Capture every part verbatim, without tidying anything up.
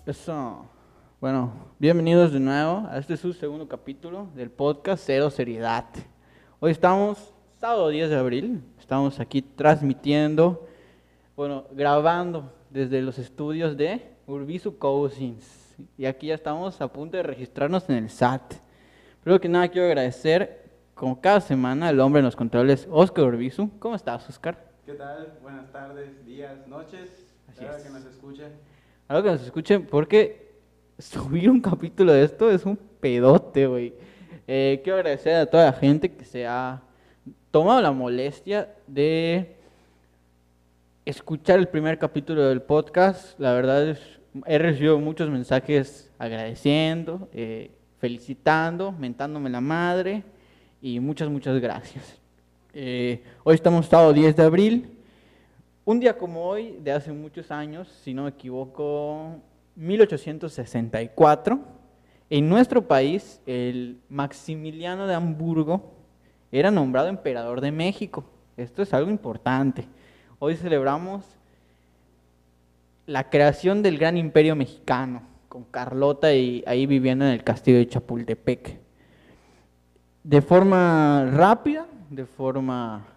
Eso. Bueno, bienvenidos de nuevo a este su segundo capítulo del podcast Cero Seriedad. Hoy estamos, sábado diez de abril, estamos aquí transmitiendo, bueno, grabando desde los estudios de Urbizu Cousins. Y aquí ya estamos a punto de registrarnos en el S A T. Primero que nada quiero agradecer, como cada semana, al hombre en los controles, Oscar Urbizu. ¿Cómo estás, Oscar? ¿Qué tal? Buenas tardes, días, noches. Así Claro es. que nos escuchen. Algo que nos escuchen, porque subir un capítulo de esto es un pedote, güey. Eh, quiero agradecer a toda la gente que se ha tomado la molestia de escuchar el primer capítulo del podcast. La verdad es, he recibido muchos mensajes agradeciendo, eh, felicitando, mentándome la madre y muchas, muchas gracias. Eh, hoy estamos sábado diez de abril. Un día como hoy, de hace muchos años, si no me equivoco, mil ochocientos sesenta y cuatro, en nuestro país, el Maximiliano de Hamburgo era nombrado emperador de México. Esto es algo importante. Hoy celebramos la creación del gran imperio mexicano, con Carlota y ahí viviendo en el castillo de Chapultepec. De forma rápida, de forma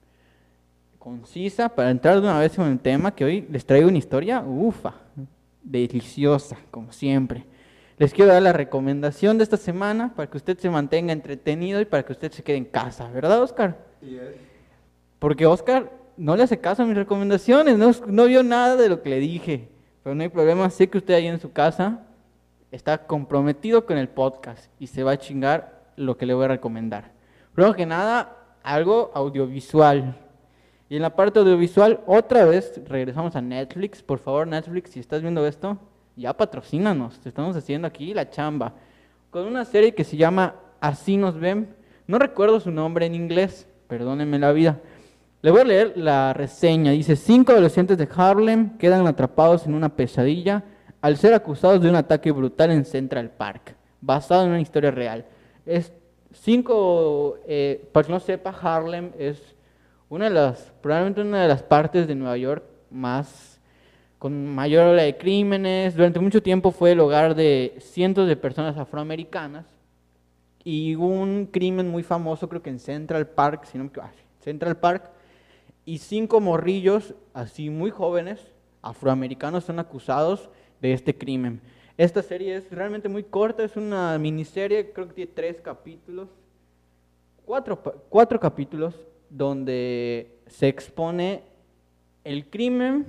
concisa, para entrar de una vez en el tema, que hoy les traigo una historia, ufa, deliciosa, como siempre. Les quiero dar la recomendación de esta semana para que usted se mantenga entretenido y para que usted se quede en casa, ¿verdad, Oscar? Sí, es. Porque Oscar no le hace caso a mis recomendaciones, no, no vio nada de lo que le dije, pero no hay problema, sé que usted ahí en su casa está comprometido con el podcast y se va a chingar lo que le voy a recomendar. Primero que nada, algo audiovisual. Y en la parte audiovisual, otra vez regresamos a Netflix. Por favor, Netflix, si estás viendo esto, ya patrocínanos. Te estamos haciendo aquí la chamba. Con una serie que se llama Así nos ven. No recuerdo su nombre en inglés, perdónenme la vida. Le voy a leer la reseña. Dice, cinco adolescentes de Harlem quedan atrapados en una pesadilla al ser acusados de un ataque brutal en Central Park, basado en una historia real. Es cinco, eh, para que no sepa, Harlem es una de las, probablemente una de las partes de Nueva York más, con mayor ola de crímenes. Durante mucho tiempo fue el hogar de cientos de personas afroamericanas y hubo un crimen muy famoso, creo que en Central Park, si no me equivoco, Central Park, y cinco morrillos, así muy jóvenes, afroamericanos, son acusados de este crimen. Esta serie es realmente muy corta, es una miniserie, creo que tiene tres capítulos, cuatro, cuatro capítulos, donde se expone el crimen,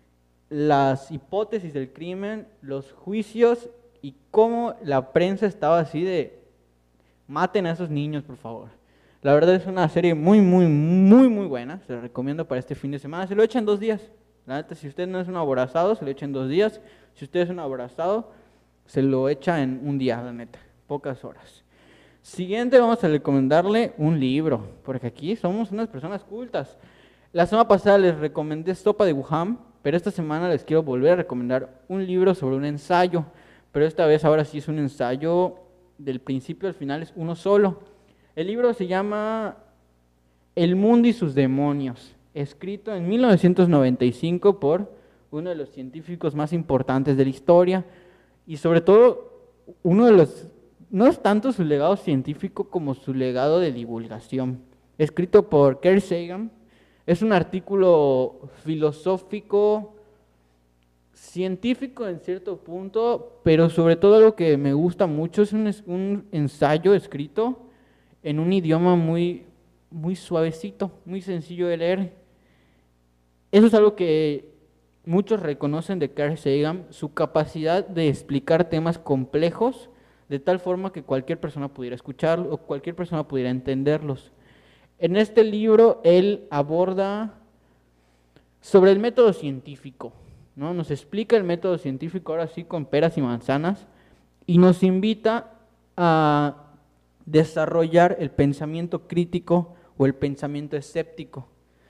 las hipótesis del crimen, los juicios y cómo la prensa estaba así de maten a esos niños, por favor. La verdad es una serie muy, muy, muy, muy buena. Se la recomiendo para este fin de semana. Se lo echa en dos días. La neta, si usted no es un aborazado, se lo echa en dos días. Si usted es un aborazado, se lo echa en un día, la neta. Pocas horas. Siguiente, vamos a recomendarle un libro, porque aquí somos unas personas cultas. La semana pasada les recomendé Sopa de Wuhan, pero esta semana les quiero volver a recomendar un libro sobre un ensayo, pero esta vez ahora sí es un ensayo del principio al final, es uno solo. El libro se llama El mundo y sus demonios, escrito en mil novecientos noventa y cinco por uno de los científicos más importantes de la historia y sobre todo uno de los... No es tanto su legado científico como su legado de divulgación. Escrito por Carl Sagan, es un artículo filosófico, científico en cierto punto, pero sobre todo lo que me gusta mucho es un, un ensayo escrito en un idioma muy, muy suavecito, muy sencillo de leer. Eso es algo que muchos reconocen de Carl Sagan, su capacidad de explicar temas complejos de tal forma que cualquier persona pudiera escucharlo o cualquier persona pudiera entenderlos. En este libro él aborda sobre el método científico, ¿no? Nos explica el método científico ahora sí con peras y manzanas y nos invita a desarrollar el pensamiento crítico o el pensamiento escéptico.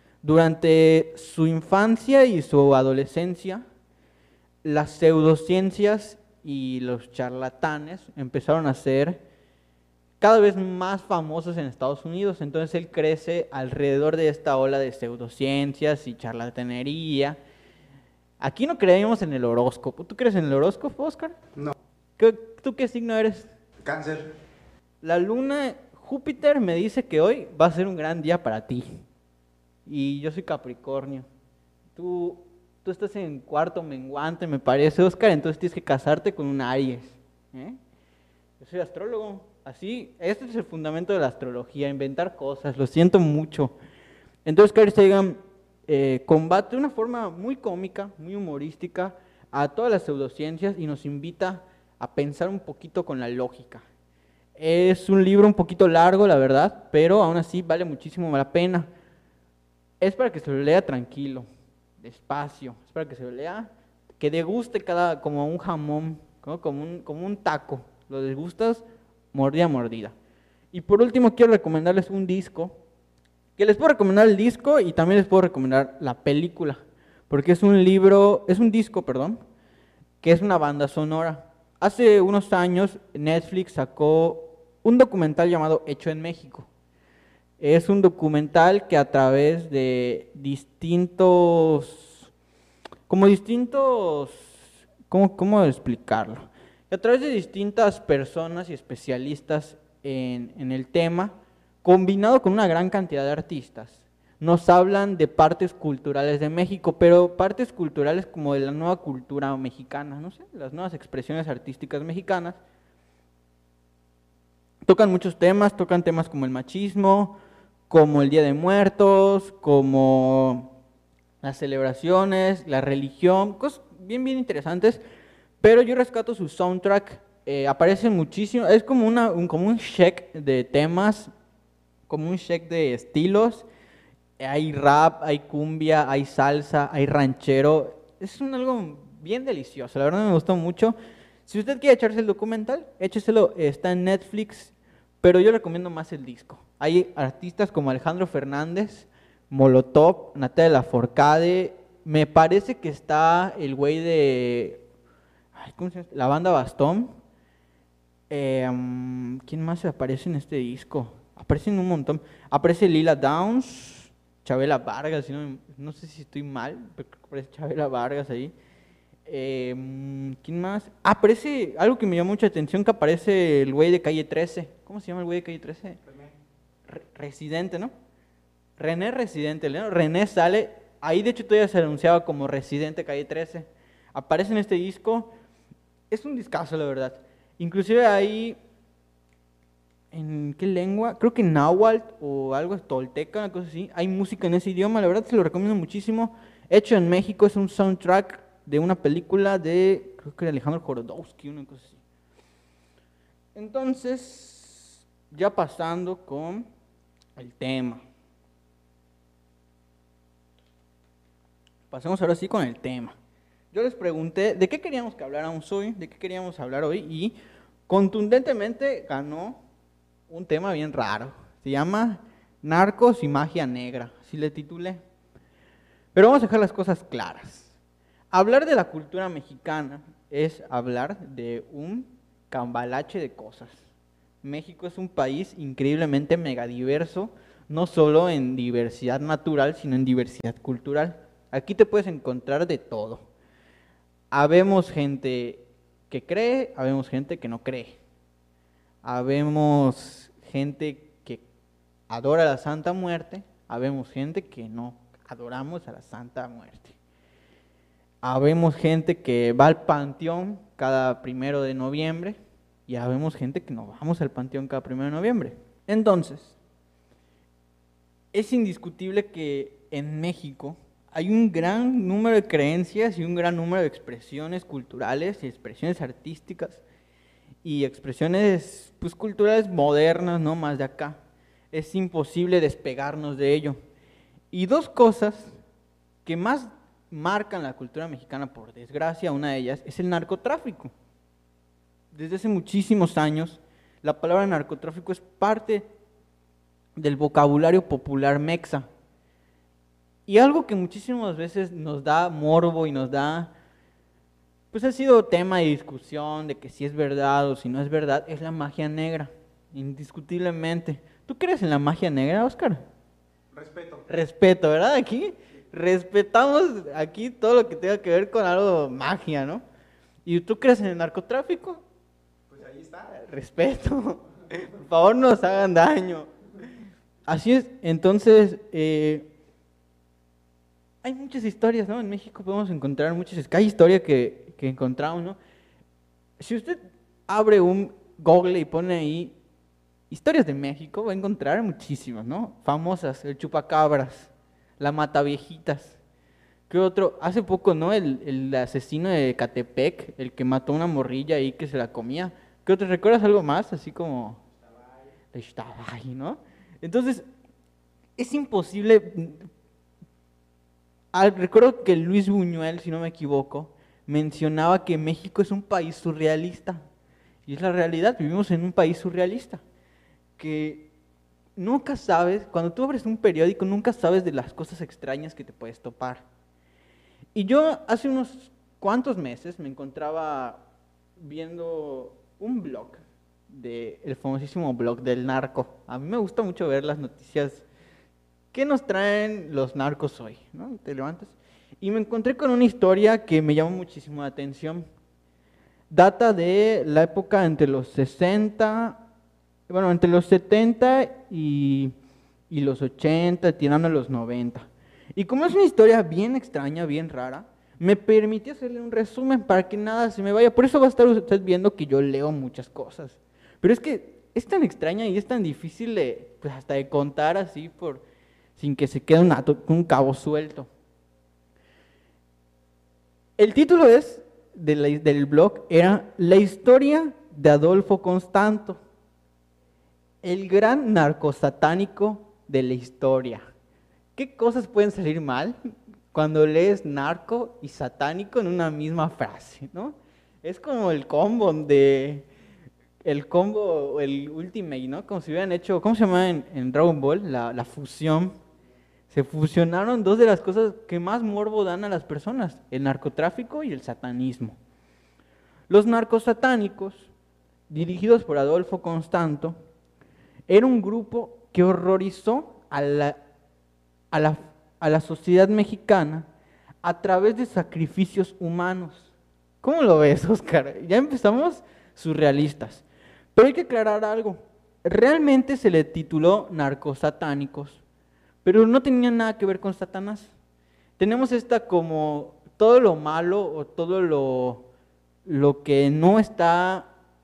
Durante su infancia y su adolescencia, las pseudociencias y los charlatanes empezaron a ser cada vez más famosos en Estados Unidos. Entonces él crece alrededor de esta ola de pseudociencias y charlatanería Aquí no creemos en el horóscopo. ¿Tú crees en el horóscopo, Oscar? No. ¿Qué- ¿Tú qué signo eres? Cáncer. La luna, Júpiter me dice que hoy va a ser un gran día para ti. Y yo soy Capricornio. Tú, tú estás en cuarto menguante, me parece, Oscar, entonces tienes que casarte con un Aries. ¿eh? Yo soy astrólogo. Así, este es el fundamento de la astrología, inventar cosas, lo siento mucho. Entonces Carl Sagan eh, combate de una forma muy cómica, muy humorística a todas las pseudociencias y nos invita a pensar un poquito con la lógica. Es un libro un poquito largo, la verdad, pero aún así vale muchísimo la pena. Es para que se lo lea tranquilo, despacio, es para que se lo lea, que deguste cada, como un jamón, ¿no? como, un, como un taco, lo degustas mordida a mordida. Y por último quiero recomendarles un disco, que les puedo recomendar el disco y también les puedo recomendar la película, porque es un libro, es un disco, perdón, que es una banda sonora. Hace unos años Netflix sacó un documental llamado Hecho en México. Es un documental que a través de distintos, como distintos, ¿cómo, cómo explicarlo? A través de distintas personas y especialistas en, en el tema, combinado con una gran cantidad de artistas, nos hablan de partes culturales de México, pero partes culturales como de la nueva cultura mexicana, no sé, las nuevas expresiones artísticas mexicanas. Tocan muchos temas, tocan temas como el machismo, como el Día de Muertos, como las celebraciones, la religión, cosas bien, bien interesantes, pero yo rescato su soundtrack, eh, aparecen muchísimo, es como, una, un, como un check de temas, como un check de estilos, hay rap, hay cumbia, hay salsa, hay ranchero, es un algo bien delicioso, la verdad me gustó mucho. Si usted quiere echarse el documental, écheselo, está en Netflix, pero yo recomiendo más el disco. Hay artistas como Alejandro Fernández, Molotov, Natalia Lafourcade, me parece que está el güey de, ay, ¿cómo se llama? La banda Bastón. Eh, um, ¿Quién más aparece en este disco? Aparecen un montón. Aparece Lila Downs, Chabela Vargas, si no, no sé si estoy mal, pero creo que aparece Chabela Vargas ahí. Eh, ¿Quién más? Ah, aparece algo que me llamó mucha atención, que aparece el güey de Calle trece. ¿Cómo se llama el güey de Calle trece? Re- Residente, ¿no? René Residente, ¿no? René sale, ahí de hecho todavía se anunciaba como Residente Calle trece. Aparece en este disco, es un discazo la verdad. Inclusive ahí, ¿en qué lengua? Creo que en náhuatl o algo tolteca, una cosa así. Hay música en ese idioma, la verdad se lo recomiendo muchísimo. Hecho en México, es un soundtrack de una película de, creo que de Alejandro Jodorowsky, una cosa así. Entonces, ya pasando con el tema. Pasemos ahora sí con el tema. Yo les pregunté de qué queríamos que habláramos hoy, de qué queríamos hablar hoy, y contundentemente ganó un tema bien raro. Se llama Narcos y Magia Negra, así le titulé. Pero vamos a dejar las cosas claras. Hablar de la cultura mexicana es hablar de un cambalache de cosas. México es un país increíblemente megadiverso, no solo en diversidad natural, sino en diversidad cultural. Aquí te puedes encontrar de todo. Habemos gente que cree, habemos gente que no cree. Habemos gente que adora la Santa Muerte, habemos gente que no adoramos a la Santa Muerte. Habemos gente que va al panteón cada primero de noviembre y habemos gente que no vamos al panteón cada primero de noviembre. Entonces, es indiscutible que en México hay un gran número de creencias y un gran número de expresiones culturales y expresiones artísticas y expresiones pues, culturales modernas, ¿no? Más de acá. Es imposible despegarnos de ello. Y dos cosas que más marcan la cultura mexicana, por desgracia, una de ellas es el narcotráfico. Desde hace muchísimos años, la palabra narcotráfico es parte del vocabulario popular mexa. Y algo que muchísimas veces nos da morbo y nos da, pues ha sido tema de discusión de que si es verdad o si no es verdad, es la magia negra, indiscutiblemente. ¿Tú crees en la magia negra, Oscar? Respeto. Respeto, ¿verdad? Aquí respetamos aquí todo lo que tenga que ver con algo magia, ¿no? ¿Y tú crees en el narcotráfico? Pues ahí está. Respeto. Por favor, no nos hagan daño. Así es, entonces, eh, hay muchas historias, ¿no? En México podemos encontrar muchas, hay historia que, que encontramos, ¿no? Si usted abre un Google y pone ahí historias de México, va a encontrar muchísimas, ¿no? Famosas, el chupacabras, la mataviejitas. ¿Qué otro? Hace poco, ¿no? El, el asesino de Catepec, el que mató a una morrilla ahí que se la comía. ¿Qué otro? ¿Recuerdas algo más? Así como... Estaba ahí, ¿no? Entonces, es imposible... Ah, recuerdo que Luis Buñuel, si no me equivoco, mencionaba que México es un país surrealista. Y es la realidad, vivimos en un país surrealista. Que nunca sabes, cuando tú abres un periódico, nunca sabes de las cosas extrañas que te puedes topar. Y yo hace unos cuantos meses me encontraba viendo un blog, de, el famosísimo blog del narco. A mí me gusta mucho ver las noticias que nos traen los narcos hoy, ¿no? Te levantas. Y me encontré con una historia que me llamó muchísimo la atención. Data de la época entre los sesenta, bueno, entre los setenta y, y los ochenta, tirando a los noventa. Y como es una historia bien extraña, bien rara, me permití hacerle un resumen para que nada se me vaya. Por eso va a estar usted viendo que yo leo muchas cosas. Pero es que es tan extraña y es tan difícil de, pues hasta de contar así, por, sin que se quede una, un cabo suelto. El título es, de la, del blog, era La historia de Adolfo Constanto, el gran narcosatánico de la historia. ¿Qué cosas pueden salir mal cuando lees narco y satánico en una misma frase, ¿no? Es como el combo de... El combo, el Ultimate, ¿no? Como si hubieran hecho... ¿Cómo se llama en, en Dragon Ball? La, la fusión. Se fusionaron dos de las cosas que más morbo dan a las personas. El narcotráfico y el satanismo. Los narcosatánicos, dirigidos por Adolfo Constanto, era un grupo que horrorizó a la... A la, a la sociedad mexicana a través de sacrificios humanos. ¿Cómo lo ves, Oscar? Ya empezamos surrealistas. Pero hay que aclarar algo. Realmente se le tituló narcosatánicos, pero no tenía nada que ver con Satanás. Tenemos esta como todo lo malo o todo lo, lo que no está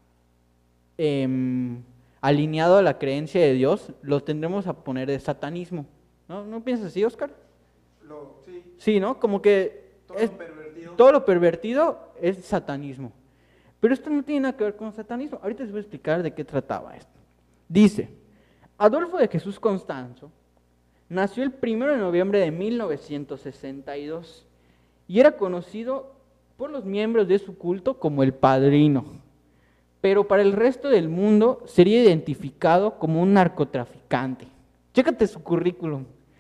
eh, alineado a la creencia de Dios, lo tendremos a poner de satanismo. ¿No, ¿No piensas así, Oscar? Lo, sí. Sí, ¿no? Como que todo, es, lo pervertido. todo lo pervertido es satanismo. Pero esto no tiene nada que ver con satanismo. Ahorita les voy a explicar de qué trataba esto. Dice, Adolfo de Jesús Constanzo nació el primero de noviembre de mil novecientos sesenta y dos y era conocido por los miembros de su culto como el Padrino. Pero para el resto del mundo sería identificado como un narcotraficante. Chécate su currículum.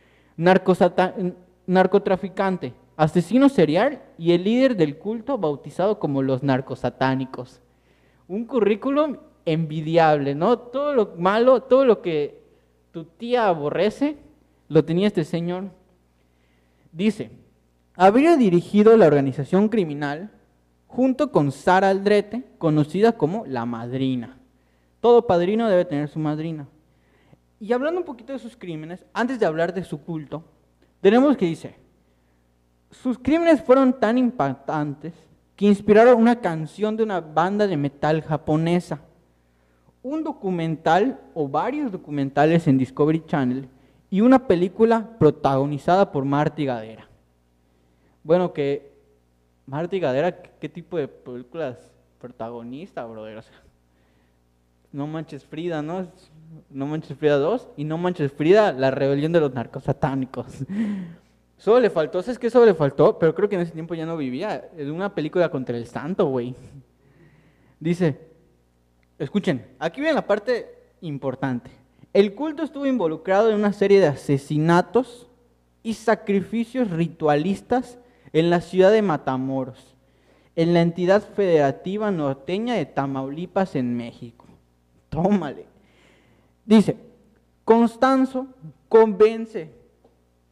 Narcotraficante, asesino serial y el líder del culto bautizado como los narcosatánicos. Un currículum envidiable, ¿no? Todo lo malo, todo lo que tu tía aborrece, lo tenía este señor. Dice, habría dirigido la organización criminal junto con Sara Aldrete, conocida como la Madrina. Todo padrino debe tener su madrina. Y hablando un poquito de sus crímenes, antes de hablar de su culto, tenemos que dice, sus crímenes fueron tan impactantes que inspiraron una canción de una banda de metal japonesa, un documental o varios documentales en Discovery Channel y una película protagonizada por Marty Gadera. Bueno, que Marty Gadera, ¿qué tipo de películas protagonista, brother? O sea, No Manches Frida, ¿no? No Manches Frida dos y No Manches Frida, la rebelión de los narcosatánicos. Solo le faltó, ¿sabes qué? Solo le faltó, pero creo que en ese tiempo ya no vivía, en una película contra el santo, güey. Dice, escuchen, aquí viene la parte importante. El culto estuvo involucrado en una serie de asesinatos y sacrificios ritualistas en la ciudad de Matamoros, en la entidad federativa norteña de Tamaulipas, en México. Tómale. Dice, Constanzo convence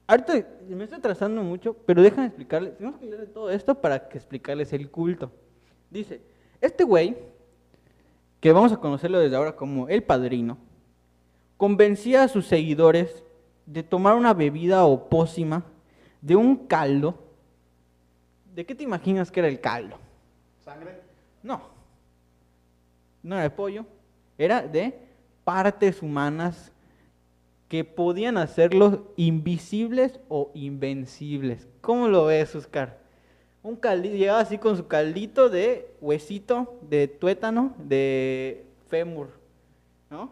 Ahorita me estoy atrasando mucho, pero déjame explicarles. Tenemos que leer todo esto para que explicarles el culto. Dice, este güey, que vamos a conocerlo desde ahora como el padrino, convencía a sus seguidores de tomar una bebida o pócima de un caldo. ¿De qué te imaginas que era el caldo? ¿Sangre? No, no era de pollo, era de partes humanas que podían hacerlos invisibles o invencibles. ¿Cómo lo ves, Oscar? Un caldito, llegaba así con su caldito de huesito, de tuétano, de fémur, ¿no?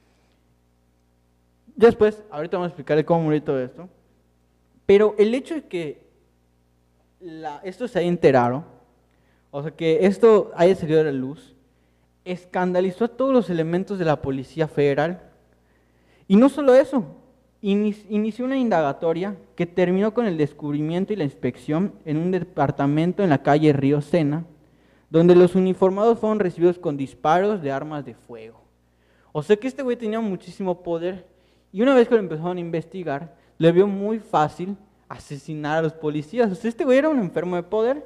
Después, ahorita vamos a explicarle cómo morir todo esto, pero el hecho de que la, esto se haya enterado, o sea, que esto haya salido a la luz, escandalizó a todos los elementos de la Policía Federal. Y no solo eso, inició una indagatoria que terminó con el descubrimiento y la inspección en un departamento en la calle Río Sena, donde los uniformados fueron recibidos con disparos de armas de fuego. O sea que este güey tenía muchísimo poder, y una vez que lo empezaron a investigar, le vio muy fácil asesinar a los policías. O sea, este güey era un enfermo de poder.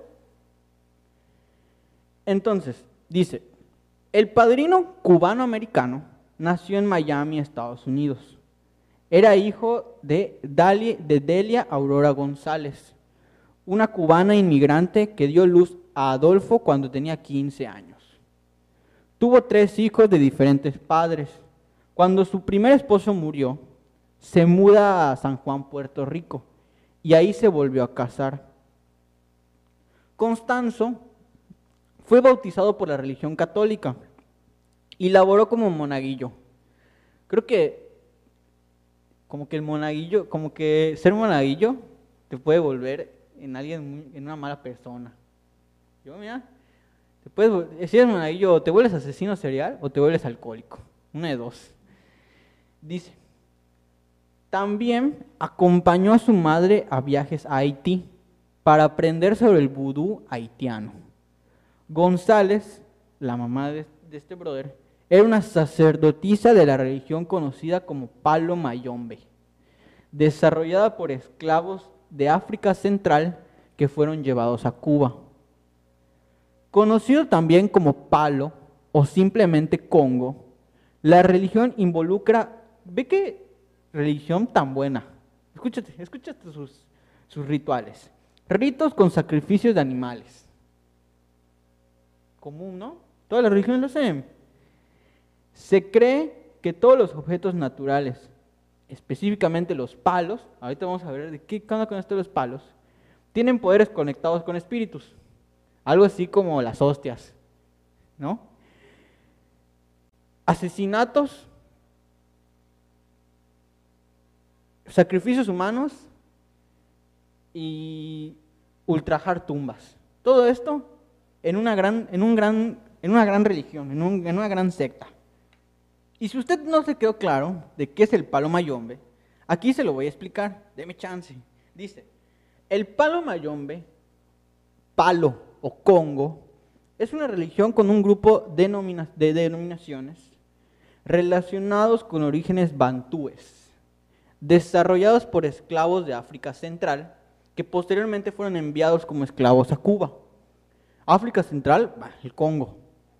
Entonces, dice, el padrino cubano-americano nació en Miami, Estados Unidos. Era hijo de, Dali, de Delia Aurora González, una cubana inmigrante que dio luz a Adolfo cuando tenía quince años. Tuvo tres hijos de diferentes padres. Cuando su primer esposo murió, se muda a San Juan, Puerto Rico, y ahí se volvió a casar. Constanzo fue bautizado por la religión católica y laboró como monaguillo. Creo que como que el monaguillo, como que ser monaguillo te puede volver en alguien, en una mala persona. Yo, mira, te puedes, si eres monaguillo, te vuelves asesino serial o te vuelves alcohólico, una de dos. Dice, también acompañó a su madre a viajes a Haití para aprender sobre el vudú haitiano. González, la mamá de, de este brother, era una sacerdotisa de la religión conocida como Palo Mayombe, desarrollada por esclavos de África Central que fueron llevados a Cuba. Conocido también como Palo o simplemente Congo, la religión involucra, ve qué religión tan buena, escúchate, escúchate sus, sus rituales, ritos con sacrificios de animales, común, ¿no? Todas las religiones lo hacen. Se cree que todos los objetos naturales, específicamente los palos, ahorita vamos a ver de qué onda con esto de los palos, tienen poderes conectados con espíritus, algo así como las hostias, ¿no? Asesinatos, sacrificios humanos y ultrajar tumbas. Todo esto en una gran, en un gran, en una gran religión, en, un, en una gran secta. Y si usted no se quedó claro de qué es el Palo Mayombe, aquí se lo voy a explicar, deme chance. Dice, el Palo Mayombe, Palo o Congo, es una religión con un grupo de, denomina, de denominaciones relacionados con orígenes bantúes, desarrollados por esclavos de África Central, que posteriormente fueron enviados como esclavos a Cuba. África Central, el Congo.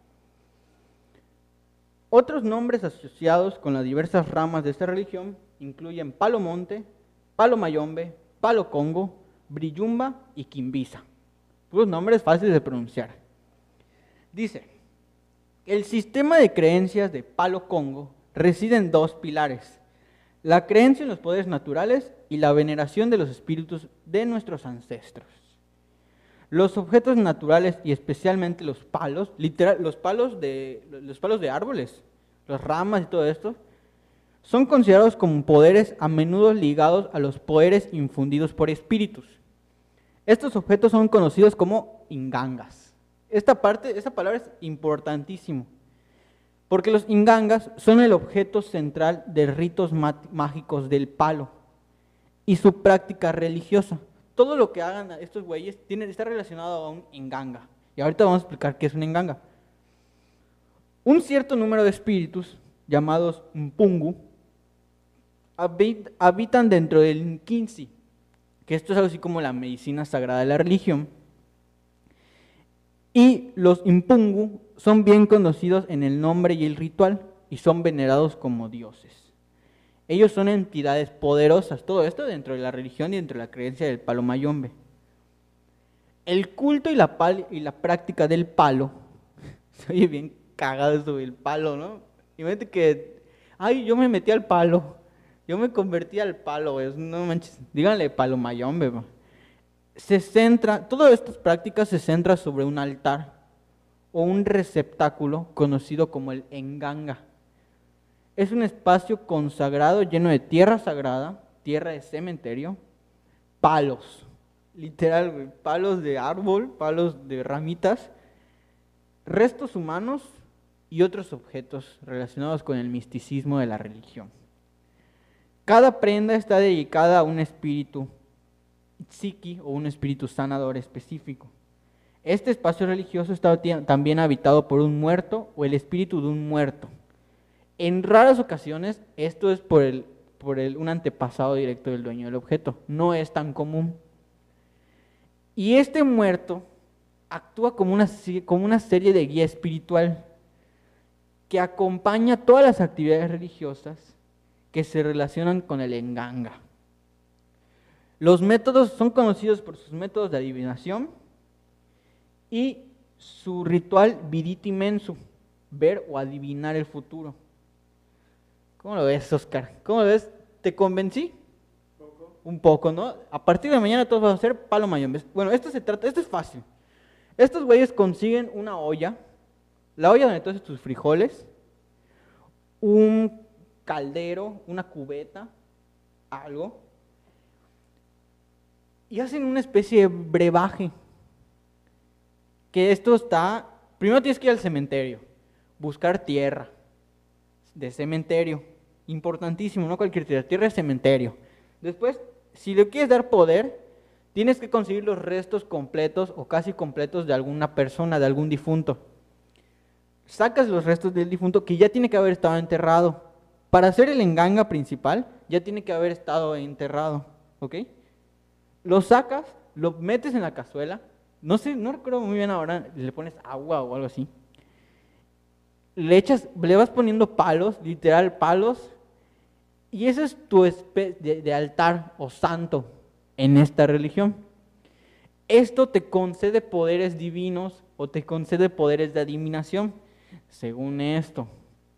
Otros nombres asociados con las diversas ramas de esta religión incluyen Palo Monte, Palo Mayombe, Palo Congo, Briyumba y Kimbisa. Puros nombres fáciles de pronunciar. Dice, el sistema de creencias de Palo Congo reside en dos pilares: la creencia en los poderes naturales y la veneración de los espíritus de nuestros ancestros. Los objetos naturales y especialmente los palos, literal, los palos de, los palos de árboles, las ramas y todo esto, son considerados como poderes a menudo ligados a los poderes infundidos por espíritus. Estos objetos son conocidos como ingangas. Esta parte, esta palabra es importantísimo, porque los ingangas son el objeto central de ritos mágicos del palo y su práctica religiosa. Todo lo que hagan estos güeyes tiene, está relacionado a un inganga. Y ahorita vamos a explicar qué es un inganga. Un cierto número de espíritus, llamados mpungu, habit, habitan dentro del Nkinsi, que esto es algo así como la medicina sagrada de la religión. Y los impungu son bien conocidos en el nombre y el ritual y son venerados como dioses. Ellos son entidades poderosas, todo esto dentro de la religión y dentro de la creencia del palo mayombe. El culto y la, pal y la práctica del palo, se oye bien cagado eso del palo, ¿no? Imagínate que, ay, yo me metí al palo, yo me convertí al palo, güey, no manches, díganle palo mayombe, güey. Se centra, todas estas prácticas se centran sobre un altar o un receptáculo conocido como el enganga. Es un espacio consagrado lleno de tierra sagrada, tierra de cementerio, palos, literal, güey, palos de árbol, palos de ramitas, restos humanos y otros objetos relacionados con el misticismo de la religión. Cada prenda está dedicada a un espíritu psiqui o un espíritu sanador específico. Este espacio religioso está también habitado por un muerto o el espíritu de un muerto. En raras ocasiones, esto es por, el, por el, un antepasado directo del dueño del objeto. No es tan común. Y este muerto actúa como una, como una serie de guía espiritual que acompaña todas las actividades religiosas que se relacionan con el enganga. Los métodos son conocidos por sus métodos de adivinación y su ritual viditi mensu, ver o adivinar el futuro. ¿Cómo lo ves, Oscar? ¿Cómo lo ves? ¿Te convencí? Poco. Un poco, ¿no? A partir de mañana todos van a hacer palo mayombe. Bueno, esto se trata, esto es fácil. Estos güeyes consiguen una olla, la olla donde entonces tus frijoles, un caldero, una cubeta, algo, y hacen una especie de brebaje. Que esto está, primero tienes que ir al cementerio, buscar tierra de cementerio, importantísimo, no cualquier tierra, tierra de cementerio. Después, si le quieres dar poder, tienes que conseguir los restos completos o casi completos de alguna persona, de algún difunto. Sacas los restos del difunto que ya tiene que haber estado enterrado. Para hacer el enganga principal, ya tiene que haber estado enterrado, ¿ok? Lo sacas, lo metes en la cazuela, no sé, no recuerdo muy bien ahora, le pones agua o algo así. Le echas, le vas poniendo palos, literal palos, y ese es tu especie de, de altar o santo en esta religión. Esto te concede poderes divinos o te concede poderes de adivinación, según esto.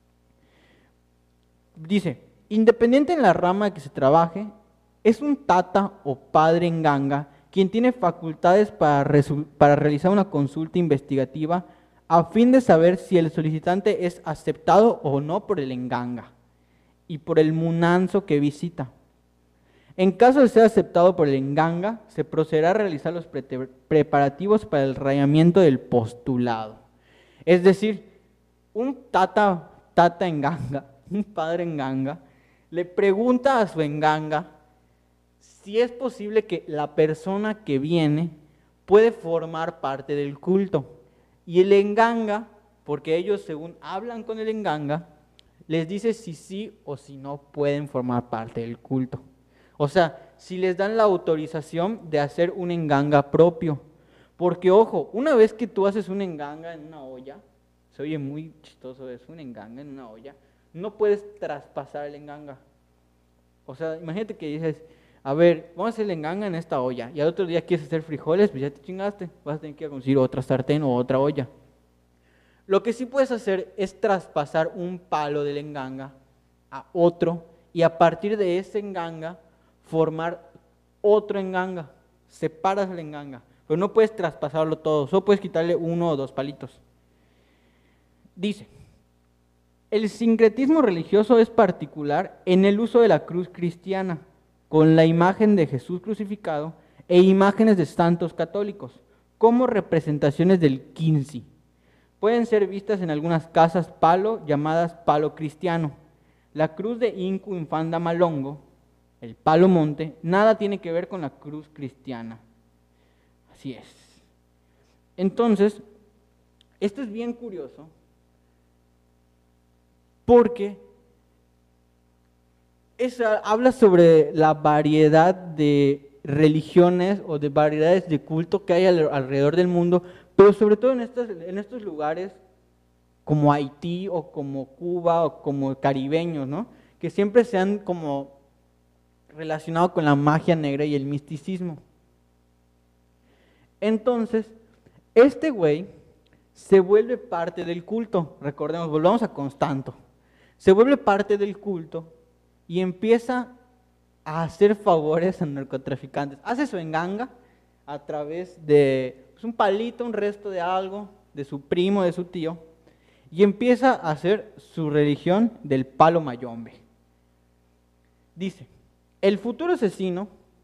Dice, independiente en la rama que se trabaje, es un tata o padre enganga quien tiene facultades para, para realizar una consulta investigativa a fin de saber si el solicitante es aceptado o no por el enganga y por el munanzo que visita. En caso de ser aceptado por el enganga, se procederá a realizar los pre preparativos para el rayamiento del postulado. Es decir, un tata, tata enganga, un padre enganga, le pregunta a su enganga si es posible que la persona que viene puede formar parte del culto. Y el enganga, porque ellos según hablan con el enganga, les dice si sí o si no pueden formar parte del culto. O sea, si les dan la autorización de hacer un enganga propio. Porque ojo, una vez que tú haces un enganga en una olla, se oye muy chistoso eso, un enganga en una olla, no puedes traspasar el enganga. O sea, imagínate que dices, a ver, vamos a hacer el enganga en esta olla, y al otro día quieres hacer frijoles, pues ya te chingaste, vas a tener que conseguir otra sartén o otra olla. Lo que sí puedes hacer es traspasar un palo del enganga a otro, y a partir de ese enganga, formar otro enganga. Separas el enganga, pero no puedes traspasarlo todo, solo puedes quitarle uno o dos palitos. Dice, el sincretismo religioso es particular en el uso de la cruz cristiana, con la imagen de Jesús crucificado e imágenes de santos católicos, como representaciones del quinci. Pueden ser vistas en algunas casas palo llamadas palo cristiano. La cruz de Inku Infanda Malongo, el palo monte, nada tiene que ver con la cruz cristiana. Así es. Entonces, esto es bien curioso, porque es, habla sobre la variedad de religiones o de variedades de culto que hay alrededor del mundo, pero sobre todo en estos, en estos lugares como Haití o como Cuba o como caribeños, ¿no? Que siempre se han como relacionado con la magia negra y el misticismo. Entonces, este güey se vuelve parte del culto, recordemos, volvamos a Constanto, se vuelve parte del culto y empieza a hacer favores a narcotraficantes. Hace su enganga a través de pues, un palito, un resto de algo, de su primo, de su tío, y empieza a hacer su religión del palo mayombe. Dice, el futuro asesino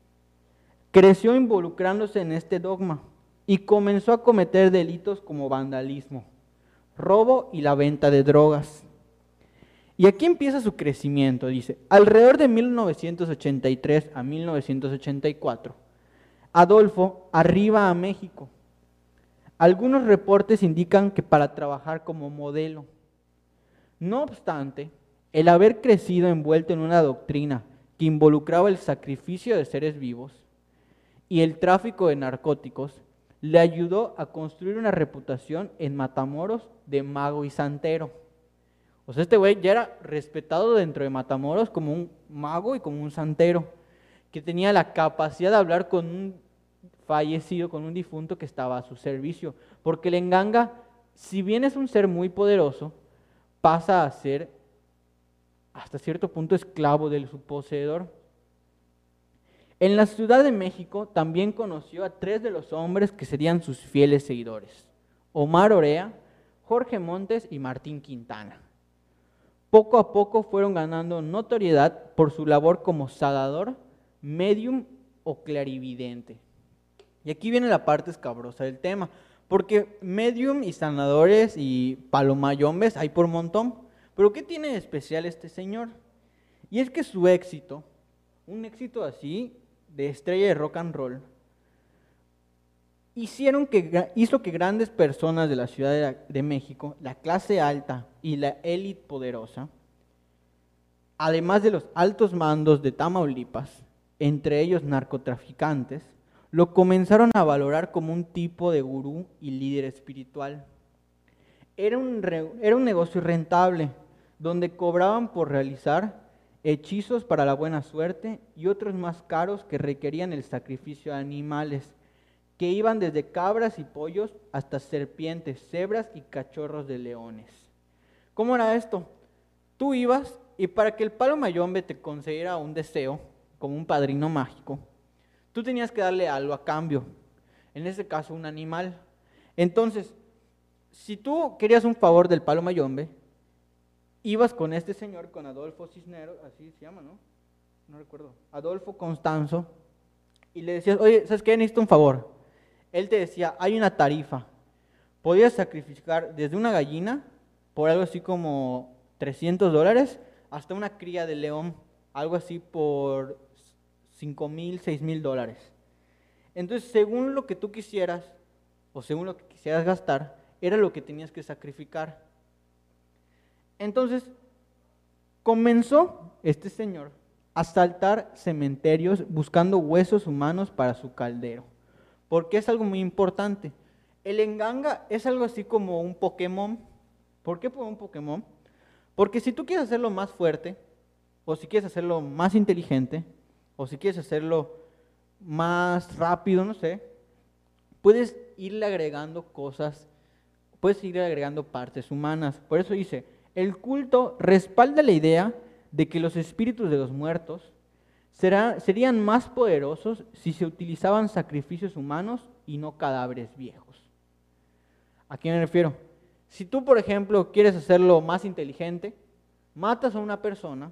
creció involucrándose en este dogma y comenzó a cometer delitos como vandalismo, robo y la venta de drogas. Y aquí empieza su crecimiento, dice, alrededor de mil novecientos ochenta y tres a mil novecientos ochenta y cuatro, Adolfo arriba a México. Algunos reportes indican que para trabajar como modelo. No obstante, el haber crecido envuelto en una doctrina que involucraba el sacrificio de seres vivos y el tráfico de narcóticos, le ayudó a construir una reputación en Matamoros de mago y santero. O sea, este güey ya era respetado dentro de Matamoros como un mago y como un santero, que tenía la capacidad de hablar con un fallecido, con un difunto que estaba a su servicio. Porque el enganga, si bien es un ser muy poderoso, pasa a ser hasta cierto punto esclavo de su poseedor. En la Ciudad de México también conoció a tres de los hombres que serían sus fieles seguidores: Omar Orea, Jorge Montes y Martín Quintana. Poco a poco fueron ganando notoriedad por su labor como sanador, medium o clarividente. Y aquí viene la parte escabrosa del tema, porque medium y sanadores y palomayombes hay por montón. Pero ¿qué tiene de especial este señor? Y es que su éxito, un éxito así de estrella de rock and roll, hicieron que, hizo que grandes personas de la Ciudad de, de México, la clase alta y la élite poderosa, además de los altos mandos de Tamaulipas, entre ellos narcotraficantes, lo comenzaron a valorar como un tipo de gurú y líder espiritual. Era un, era un negocio rentable, donde cobraban por realizar hechizos para la buena suerte y otros más caros que requerían el sacrificio de animales, que iban desde cabras y pollos hasta serpientes, cebras y cachorros de leones. ¿Cómo era esto? Tú ibas y para que el palo mayombe te concediera un deseo, como un padrino mágico, tú tenías que darle algo a cambio, en este caso un animal. Entonces, si tú querías un favor del palo mayombe, ibas con este señor, con Adolfo Cisneros, así se llama, ¿no? No recuerdo. Adolfo Constanzo, y le decías, oye, ¿sabes qué? Necesito un favor. Él te decía, hay una tarifa. Podías sacrificar desde una gallina por algo así como trescientos dólares hasta una cría de león, algo así por cinco mil, seis mil dólares. Entonces, según lo que tú quisieras, o según lo que quisieras gastar, era lo que tenías que sacrificar. Entonces, comenzó este señor a asaltar cementerios buscando huesos humanos para su caldero, porque es algo muy importante. El enganga es algo así como un Pokémon. ¿Por qué un Pokémon? Porque si tú quieres hacerlo más fuerte, o si quieres hacerlo más inteligente, o si quieres hacerlo más rápido, no sé, puedes irle agregando cosas, puedes irle agregando partes humanas. Por eso dice, el culto respalda la idea de que los espíritus de los muertos será, serían más poderosos si se utilizaban sacrificios humanos y no cadáveres viejos. ¿A qué me refiero? Si tú, por ejemplo, quieres hacerlo más inteligente, matas a una persona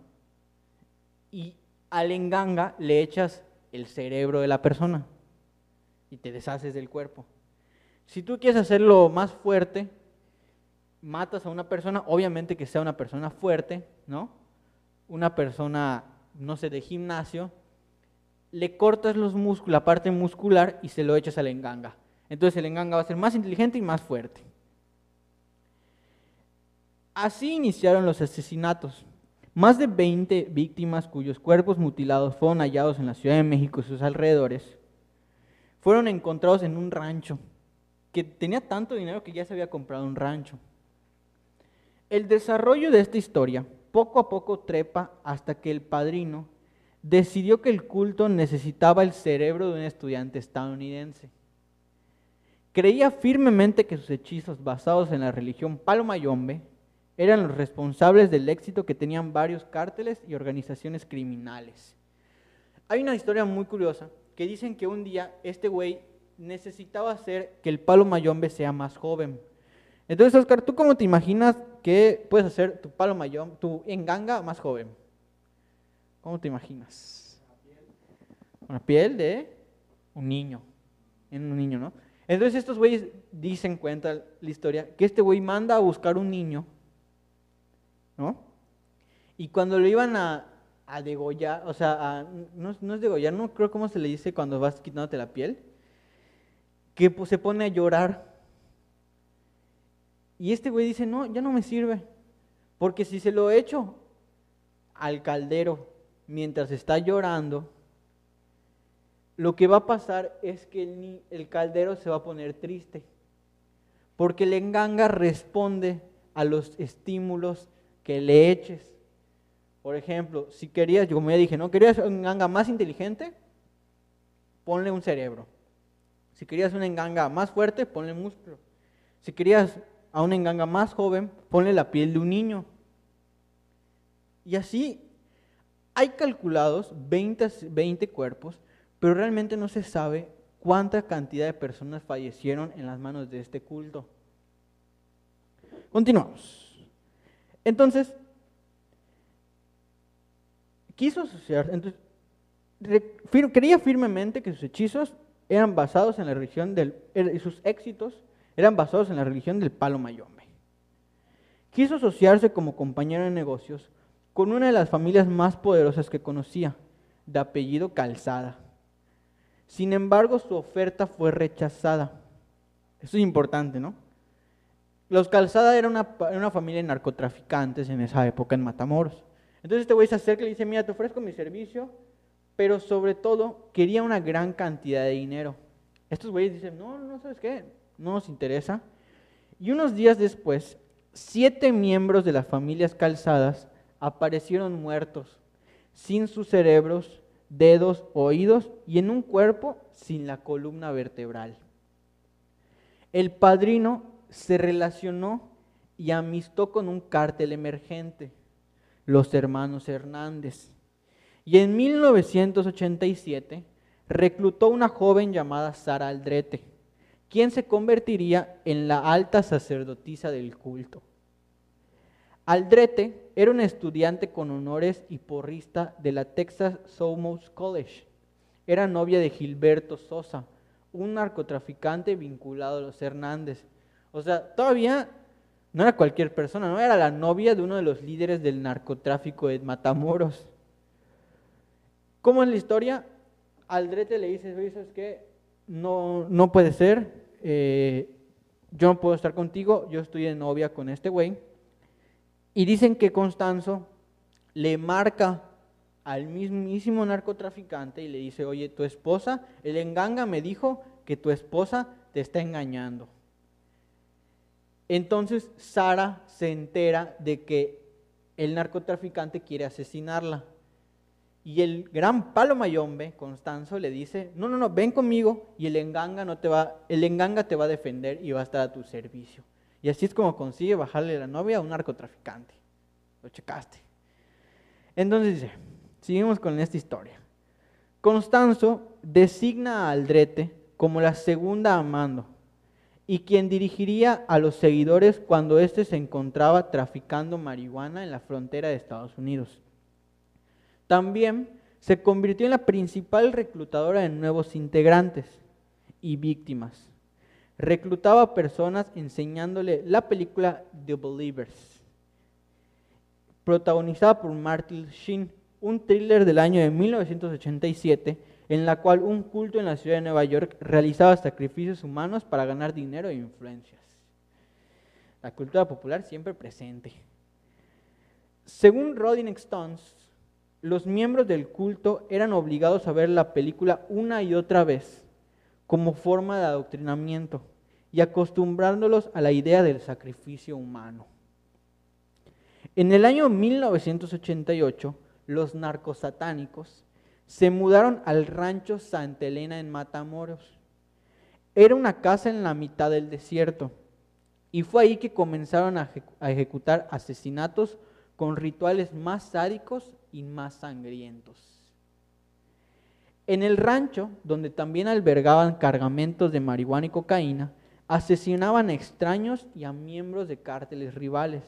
y al enganga le echas el cerebro de la persona y te deshaces del cuerpo. Si tú quieres hacerlo más fuerte, matas a una persona, obviamente que sea una persona fuerte, ¿no? Una persona, no sé, de gimnasio, le cortas los músculos, la parte muscular y se lo echas al enganga. Entonces el enganga va a ser más inteligente y más fuerte. Así iniciaron los asesinatos, Más de veinte víctimas cuyos cuerpos mutilados fueron hallados en la Ciudad de México y sus alrededores, fueron encontrados en un rancho, que tenía tanto dinero que ya se había comprado un rancho. El desarrollo de esta historia poco a poco trepa hasta que el padrino decidió que el culto necesitaba el cerebro de un estudiante estadounidense. Creía firmemente que sus hechizos basados en la religión Palo Mayombe eran los responsables del éxito que tenían varios cárteles y organizaciones criminales. Hay una historia muy curiosa que dicen que un día este güey necesitaba hacer que el Palo Mayombe sea más joven. Entonces, Oscar, ¿tú cómo te imaginas que puedes hacer tu Palo Mayombe, tu enganga más joven? ¿Cómo te imaginas? Con la piel de un niño, en un niño, ¿no? Entonces estos güeyes dicen, cuenta la historia, que este güey manda a buscar un niño, ¿no? Y cuando lo iban a, a degollar, o sea, a, no, no es degollar, no creo cómo se le dice cuando vas quitándote la piel, que pues, se pone a llorar. Y este güey dice, no, ya no me sirve, porque si se lo echo al caldero mientras está llorando, lo que va a pasar es que el, el caldero se va a poner triste, porque el enganga responde a los estímulos que le eches. Por ejemplo, si querías, como ya dije, ¿no? ¿Querías un enganga más inteligente? Ponle un cerebro. Si querías un enganga más fuerte, ponle músculo. Si querías a un enganga más joven, ponle la piel de un niño. Y así hay calculados veinte, veinte cuerpos, pero realmente no se sabe cuánta cantidad de personas fallecieron en las manos de este culto. Continuamos. Entonces, quiso asociarse, entonces, fir, creía firmemente que sus hechizos eran basados en la religión del, y sus éxitos eran basados en la religión del Palo Mayombe. Quiso asociarse como compañero de negocios con una de las familias más poderosas que conocía, de apellido Calzada. Sin embargo, su oferta fue rechazada. Esto es importante, ¿no? Los Calzada eran una, una familia de narcotraficantes en esa época en Matamoros. Entonces este güey se acerca y le dice, mira, te ofrezco mi servicio, pero sobre todo quería una gran cantidad de dinero. Estos güeyes dicen, no, no, ¿sabes qué? No nos interesa. Y unos días después, siete miembros de las familias Calzadas aparecieron muertos, sin sus cerebros, dedos, oídos y en un cuerpo sin la columna vertebral. El padrino se relacionó y amistó con un cártel emergente, los hermanos Hernández, y en mil novecientos ochenta y siete reclutó una joven llamada Sara Aldrete, quien se convertiría en la alta sacerdotisa del culto. Aldrete era una estudiante con honores y porrista de la Texas Southmost College. Era novia de Gilberto Sosa, un narcotraficante vinculado a los Hernández. O sea, todavía no era cualquier persona, no era la novia de uno de los líderes del narcotráfico de Matamoros. ¿Cómo es la historia? Aldrete le dice, ¿sabes qué? No, no puede ser, eh, yo no puedo estar contigo, yo estoy de novia con este güey. Y dicen que Constanzo le marca al mismísimo narcotraficante y le dice, oye, tu esposa, el enganga me dijo que tu esposa te está engañando. Entonces Sara se entera de que el narcotraficante quiere asesinarla. Y el gran Palo Mayombe, Constanzo, le dice, no, no, no, ven conmigo y el enganga, no te va, el enganga te va a defender y va a estar a tu servicio. Y así es como consigue bajarle la novia a un narcotraficante. Lo checaste. Entonces dice, seguimos con esta historia. Constanzo designa a Aldrete como la segunda a mando y quien dirigiría a los seguidores cuando éste se encontraba traficando marihuana en la frontera de Estados Unidos. También se convirtió en la principal reclutadora de nuevos integrantes y víctimas. Reclutaba personas enseñándole la película The Believers, protagonizada por Martin Sheen, un thriller del año de mil novecientos ochenta y siete, en la cual un culto en la ciudad de Nueva York realizaba sacrificios humanos para ganar dinero e influencias. La cultura popular siempre presente. Según Rolling Stones, los miembros del culto eran obligados a ver la película una y otra vez como forma de adoctrinamiento y acostumbrándolos a la idea del sacrificio humano. En el año mil novecientos ochenta y ocho, los narcosatánicos se mudaron al rancho Santa Elena en Matamoros. Era una casa en la mitad del desierto y fue ahí que comenzaron a, ejecu- a ejecutar asesinatos con rituales más sádicos y más sangrientos. En el rancho, donde también albergaban cargamentos de marihuana y cocaína, asesinaban a extraños y a miembros de cárteles rivales.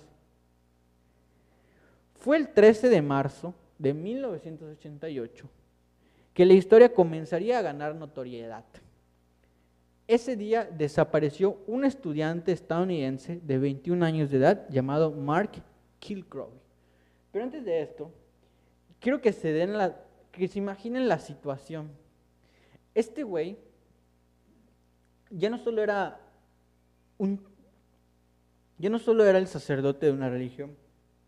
Fue el trece de marzo de mil novecientos ochenta y ocho que la historia comenzaría a ganar notoriedad. Ese día desapareció un estudiante estadounidense de veintiún años de edad llamado Mark Kilcroy. Pero antes de esto, quiero que se den la, que se imaginen la situación. Este güey ya no solo era un, ya no solo era el sacerdote de una religión,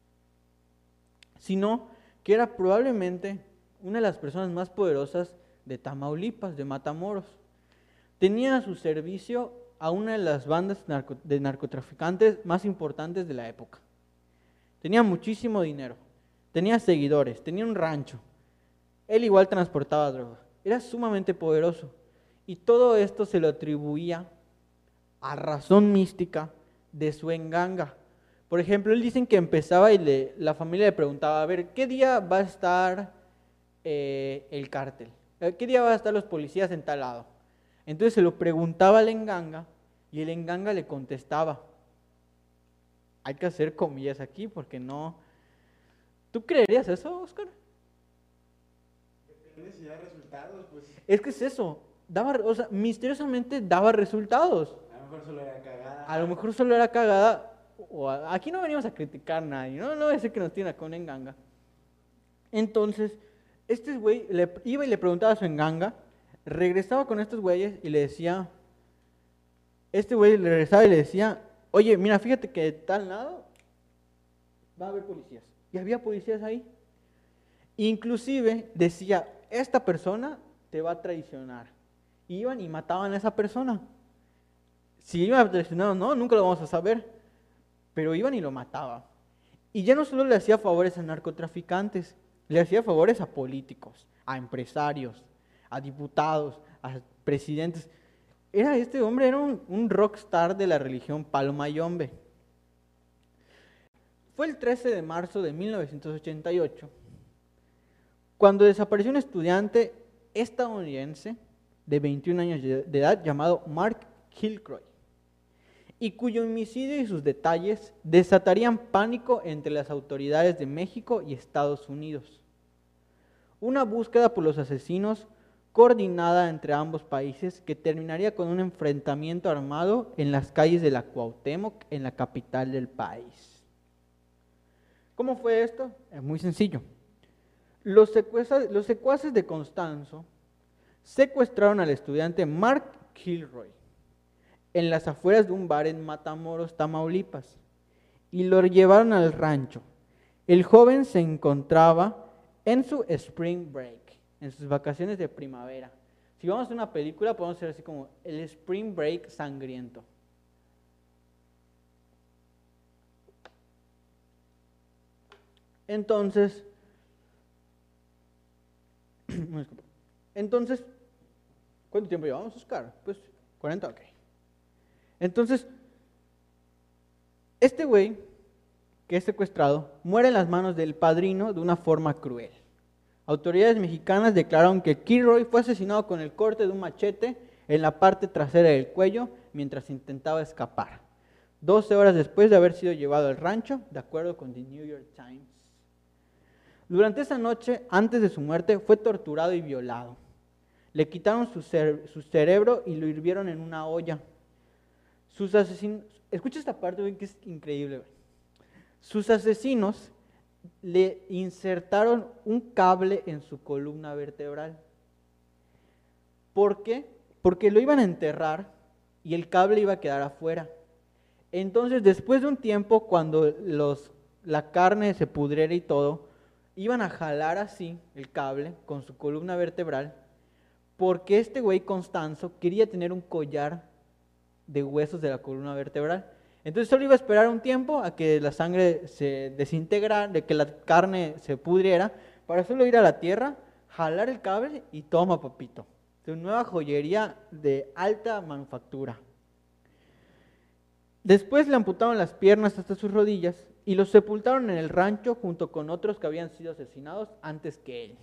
sino que era probablemente una de las personas más poderosas de Tamaulipas, de Matamoros. Tenía a su servicio a una de las bandas narco, de narcotraficantes más importantes de la época. Tenía muchísimo dinero, tenía seguidores, tenía un rancho. Él igual transportaba droga. Era sumamente poderoso. Y todo esto se lo atribuía a razón mística de su enganga. Por ejemplo, él dicen que empezaba y le, la familia le preguntaba, a ver, ¿qué día va a estar eh, el cártel? ¿Qué día van a estar los policías en tal lado? Entonces se lo preguntaba al enganga y el enganga le contestaba. Hay que hacer comillas aquí porque no... ¿Tú creerías eso, Oscar? Depende si da resultados, pues. Es que es eso, daba, o sea, misteriosamente daba resultados. A lo mejor solo era cagada. A lo mejor solo era cagada. O a- aquí no venimos a criticar a nadie, no, no voy a decir que nos tiene acá un enganga. Entonces, este güey le, iba y le preguntaba a su enganga, regresaba con estos güeyes y le decía, este güey le regresaba y le decía, oye, mira, fíjate que de tal lado va a haber policías. Y había policías ahí. Inclusive decía, esta persona te va a traicionar. Y iban y mataban a esa persona. Si iban a traicionar o no, nunca lo vamos a saber. Pero iban y lo mataban. Y ya no solo le hacía favores a narcotraficantes, le hacía favores a políticos, a empresarios, a diputados, a presidentes. Era este hombre, era un, un rockstar de la religión Palo Mayombe. Fue el trece de marzo de mil novecientos ochenta y ocho cuando desapareció un estudiante estadounidense de veintiún años de edad llamado Mark Kilcroy, y cuyo homicidio y sus detalles desatarían pánico entre las autoridades de México y Estados Unidos. Una búsqueda por los asesinos coordinada entre ambos países que terminaría con un enfrentamiento armado en las calles de la Cuauhtémoc, en la capital del país. ¿Cómo fue esto? Es muy sencillo. Los, secuestra- los secuaces de Constanzo secuestraron al estudiante Mark Kilroy en las afueras de un bar en Matamoros, Tamaulipas, y lo llevaron al rancho. El joven se encontraba en su spring break, en sus vacaciones de primavera. Si vamos a una película, podemos hacer así como el spring break sangriento. Entonces, entonces, ¿cuánto tiempo llevamos, Oscar? Pues cuarenta, ok. Entonces, este güey que es secuestrado muere en las manos del padrino de una forma cruel. Autoridades mexicanas declararon que Kilroy fue asesinado con el corte de un machete en la parte trasera del cuello mientras intentaba escapar, doce horas después de haber sido llevado al rancho, de acuerdo con The New York Times. Durante esa noche, antes de su muerte, fue torturado y violado. Le quitaron su, cere- su cerebro y lo hirvieron en una olla. Sus asesinos, escucha esta parte, güey, que es increíble, güey. Sus asesinos le insertaron un cable en su columna vertebral. ¿Por qué? Porque lo iban a enterrar y el cable iba a quedar afuera. Entonces, después de un tiempo, cuando los, la carne se pudriera y todo, iban a jalar así el cable con su columna vertebral, porque este güey Constanzo quería tener un collar de huesos de la columna vertebral. Entonces solo iba a esperar un tiempo a que la sangre se desintegrara, de que la carne se pudriera, para solo ir a la tierra, jalar el cable y toma, papito. Tu nueva joyería de alta manufactura. Después le amputaron las piernas hasta sus rodillas y los sepultaron en el rancho junto con otros que habían sido asesinados antes que él.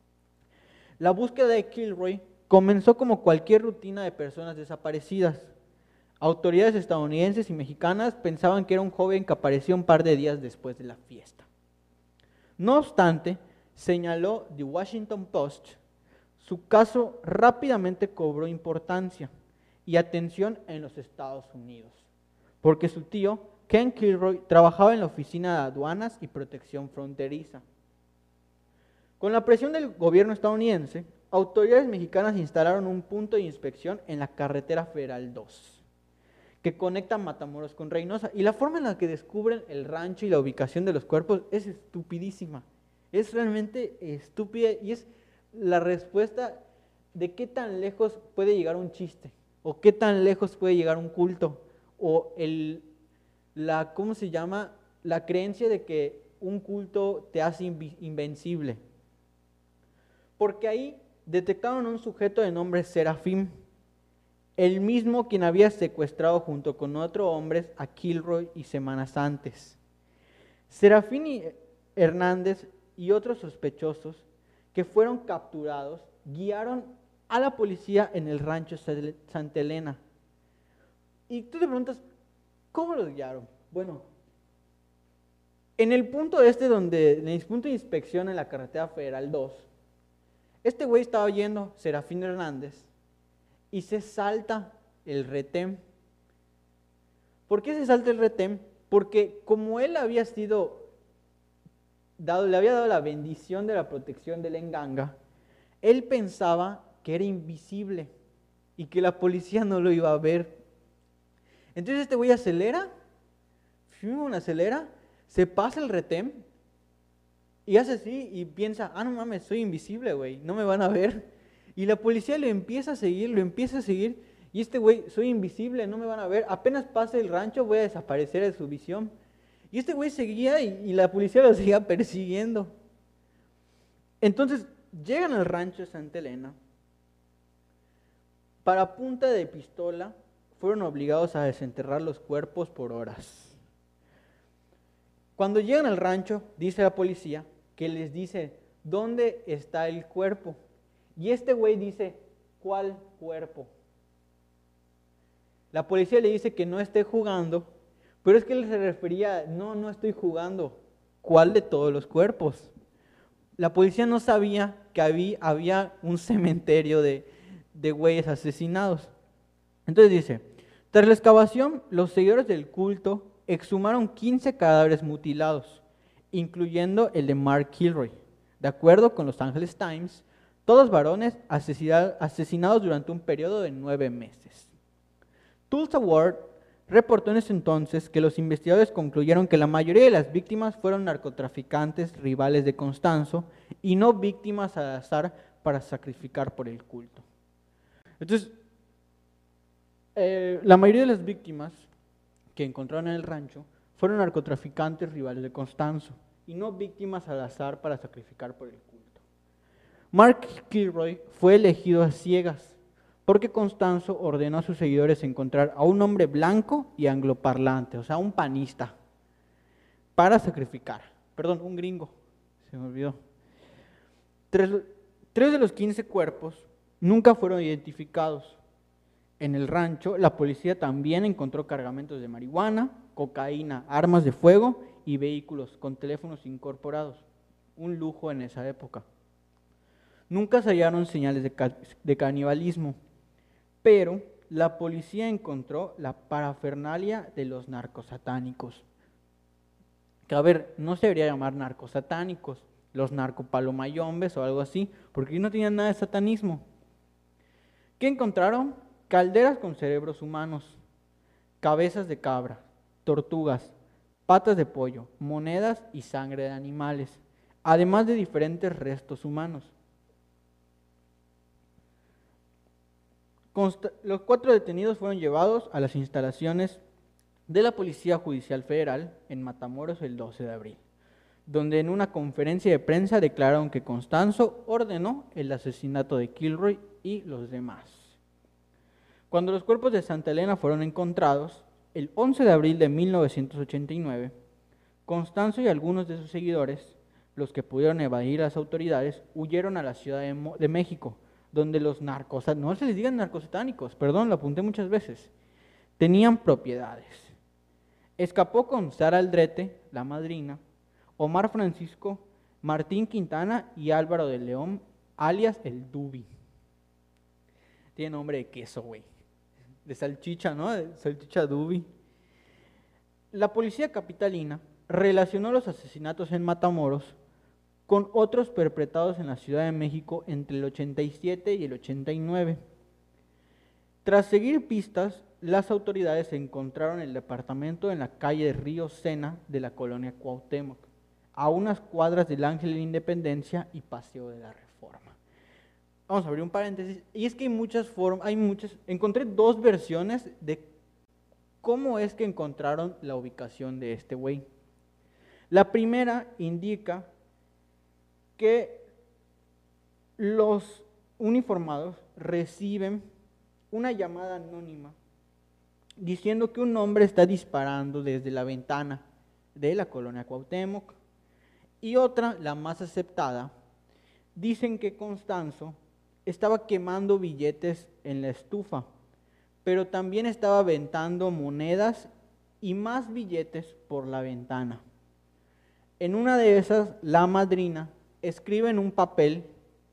La búsqueda de Kilroy comenzó como cualquier rutina de personas desaparecidas. Autoridades estadounidenses y mexicanas pensaban que era un joven que apareció un par de días después de la fiesta. No obstante, señaló The Washington Post, su caso rápidamente cobró importancia y atención en los Estados Unidos, porque su tío, Ken Kilroy, trabajaba en la Oficina de Aduanas y Protección Fronteriza. Con la presión del gobierno estadounidense, autoridades mexicanas instalaron un punto de inspección en la carretera Federal dos, que conecta Matamoros con Reynosa, y la forma en la que descubren el rancho y la ubicación de los cuerpos es estupidísima, es realmente estúpida, y es la respuesta de qué tan lejos puede llegar un chiste, o qué tan lejos puede llegar un culto, o el, la, ¿cómo se llama? La creencia de que un culto te hace invi- invencible. Porque ahí detectaron un sujeto de nombre Serafín, el mismo quien había secuestrado junto con otros hombres a Kilroy y semanas antes. Serafín y Hernández y otros sospechosos que fueron capturados guiaron a la policía en el rancho Santa Elena. Y tú te preguntas, ¿cómo los guiaron? Bueno, en el punto este donde, en el punto de inspección en la carretera Federal dos, este güey estaba yendo, Serafín Hernández, y se salta el retén. ¿Por qué se salta el retén? Porque como él había sido dado, le había dado la bendición de la protección del Enganga, él pensaba que era invisible y que la policía no lo iba a ver. Entonces este güey acelera, acelera, se pasa el retén y hace así y piensa, ah, no mames, soy invisible, güey, no me van a ver. Y la policía lo empieza a seguir, lo empieza a seguir, y este güey, soy invisible, no me van a ver, apenas pase el rancho voy a desaparecer de su visión. Y este güey seguía y, y la policía lo seguía persiguiendo. Entonces, llegan al rancho de Santa Elena, para punta de pistola, fueron obligados a desenterrar los cuerpos por horas. Cuando llegan al rancho, dice la policía, que les dice, ¿dónde está el cuerpo? Y este güey dice, ¿cuál cuerpo? La policía le dice que no esté jugando, pero es que él se refería, no, no estoy jugando. ¿Cuál de todos los cuerpos? La policía no sabía que había, había un cementerio de, de güeyes asesinados. Entonces dice, tras la excavación, los seguidores del culto exhumaron quince cadáveres mutilados, incluyendo el de Mark Kilroy. De acuerdo con Los Angeles Times, todos varones asesinados durante un periodo de nueve meses. Tulsa Ward reportó en ese entonces que los investigadores concluyeron que la mayoría de las víctimas fueron narcotraficantes rivales de Constanzo y no víctimas al azar para sacrificar por el culto. Entonces, eh, la mayoría de las víctimas que encontraron en el rancho fueron narcotraficantes rivales de Constanzo y no víctimas al azar para sacrificar por el culto. Mark Kilroy fue elegido a ciegas porque Constanzo ordenó a sus seguidores encontrar a un hombre blanco y angloparlante, o sea, un panista, para sacrificar. Perdón, un gringo, se me olvidó. Tres, tres de los quince cuerpos nunca fueron identificados. En el rancho, la policía también encontró cargamentos de marihuana, cocaína, armas de fuego y vehículos con teléfonos incorporados. Un lujo en esa época. Nunca se hallaron señales de, ca- de canibalismo, pero la policía encontró la parafernalia de los narcosatánicos. Que a ver, no se debería llamar narcosatánicos, los narcopalomayombes o algo así, porque no tenían nada de satanismo. ¿Qué encontraron? Calderas con cerebros humanos, cabezas de cabra, tortugas, patas de pollo, monedas y sangre de animales, además de diferentes restos humanos. Consta- los cuatro detenidos fueron llevados a las instalaciones de la Policía Judicial Federal en Matamoros el doce de abril, donde en una conferencia de prensa declararon que Constanzo ordenó el asesinato de Kilroy y los demás. Cuando los cuerpos de Santa Elena fueron encontrados, el once de abril de mil novecientos ochenta y nueve, Constanzo y algunos de sus seguidores, los que pudieron evadir a las autoridades, huyeron a la Ciudad de, Mo- de México, donde los narcos, no se les digan narcosatánicos, perdón, lo apunté muchas veces, tenían propiedades. Escapó con Sara Aldrete, la madrina, Omar Francisco, Martín Quintana y Álvaro de León, alias el Dubi. Tiene nombre de queso, güey. De salchicha, ¿no? De salchicha Dubi. La policía capitalina relacionó los asesinatos en Matamoros con otros perpetrados en la Ciudad de México entre el ochenta y siete y el ochenta y nueve. Tras seguir pistas, las autoridades encontraron el departamento en la calle Río Sena de la colonia Cuauhtémoc, a unas cuadras del Ángel de la Independencia y Paseo de la Reforma. Vamos a abrir un paréntesis, y es que hay muchas formas, hay muchas, encontré dos versiones de cómo es que encontraron la ubicación de este güey. La primera indica que los uniformados reciben una llamada anónima diciendo que un hombre está disparando desde la ventana de la colonia Cuauhtémoc, y otra, la más aceptada, dicen que Constanzo estaba quemando billetes en la estufa, pero también estaba aventando monedas y más billetes por la ventana. En una de esas, la madrina escribe en un papel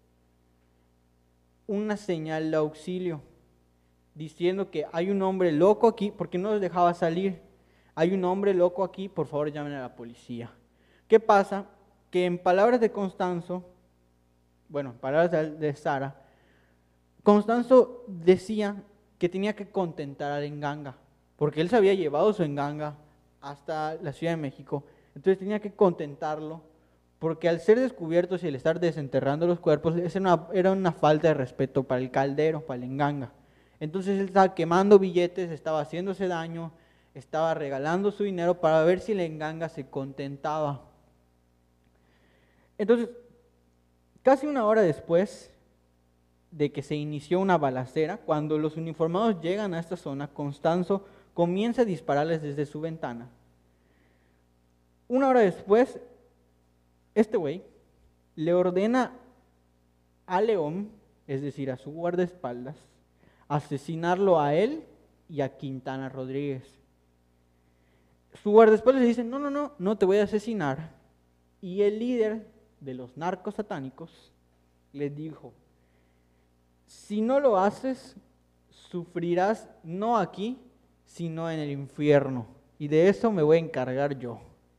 una señal de auxilio, diciendo que hay un hombre loco aquí, porque no los dejaba salir. Hay un hombre loco aquí, por favor llamen a la policía. ¿Qué pasa? Que en palabras de Constanzo, bueno, en palabras de, de Sara, Constanzo decía que tenía que contentar al enganga, porque él se había llevado su enganga hasta la Ciudad de México, entonces tenía que contentarlo, porque al ser descubiertos y el estar desenterrando los cuerpos, era una, era una falta de respeto para el caldero, para el enganga. Entonces él estaba quemando billetes, estaba haciéndose daño, estaba regalando su dinero para ver si el enganga se contentaba. Entonces, casi una hora después de que se inició una balacera, cuando los uniformados llegan a esta zona, Constanzo comienza a dispararles desde su ventana. Una hora después, este güey le ordena a León, es decir, a su guardaespaldas, asesinarlo a él y a Quintana Rodríguez. Su guardaespaldas le dice, no, no, no, no te voy a asesinar. Y el líder de los narcos satánicos les dijo, si no lo haces, sufrirás no aquí, sino en el infierno. Y de eso me voy a encargar yo.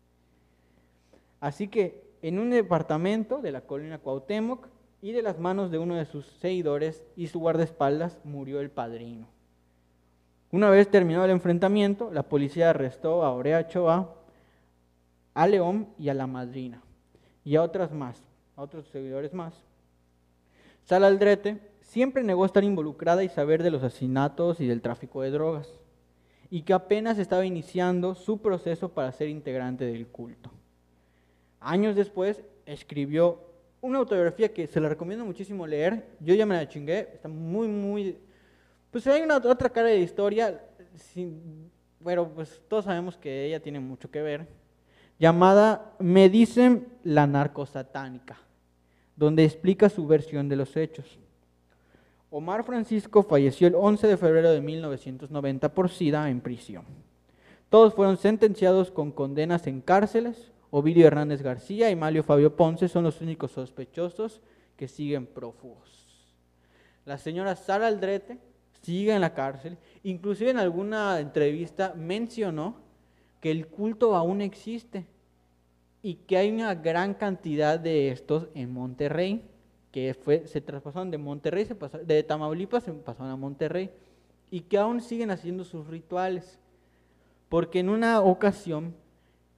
Así que en un departamento de la colonia Cuauhtémoc y de las manos de uno de sus seguidores y su guardaespaldas murió el padrino. Una vez terminado el enfrentamiento, la policía arrestó a Orea Choa, a León y a la madrina, y a otras más, a otros seguidores más. Sara Aldrete siempre negó estar involucrada y saber de los asesinatos y del tráfico de drogas, y que apenas estaba iniciando su proceso para ser integrante del culto. Años después escribió una autobiografía que se la recomiendo muchísimo leer. Yo ya me la chingué, está muy, muy... Pues hay una otra cara de la historia, sin... bueno, pues todos sabemos que ella tiene mucho que ver, llamada Me dicen la narcosatánica, donde explica su versión de los hechos. Omar Francisco falleció el once de febrero de mil novecientos noventa por SIDA en prisión. Todos fueron sentenciados con condenas en cárceles. Ovidio Hernández García y Manlio Fabio Ponce son los únicos sospechosos que siguen prófugos. La señora Sara Aldrete sigue en la cárcel, inclusive en alguna entrevista mencionó que el culto aún existe y que hay una gran cantidad de estos en Monterrey, que fue, se traspasaron de Monterrey, se pasaron, de Tamaulipas se pasaron a Monterrey, y que aún siguen haciendo sus rituales, porque en una ocasión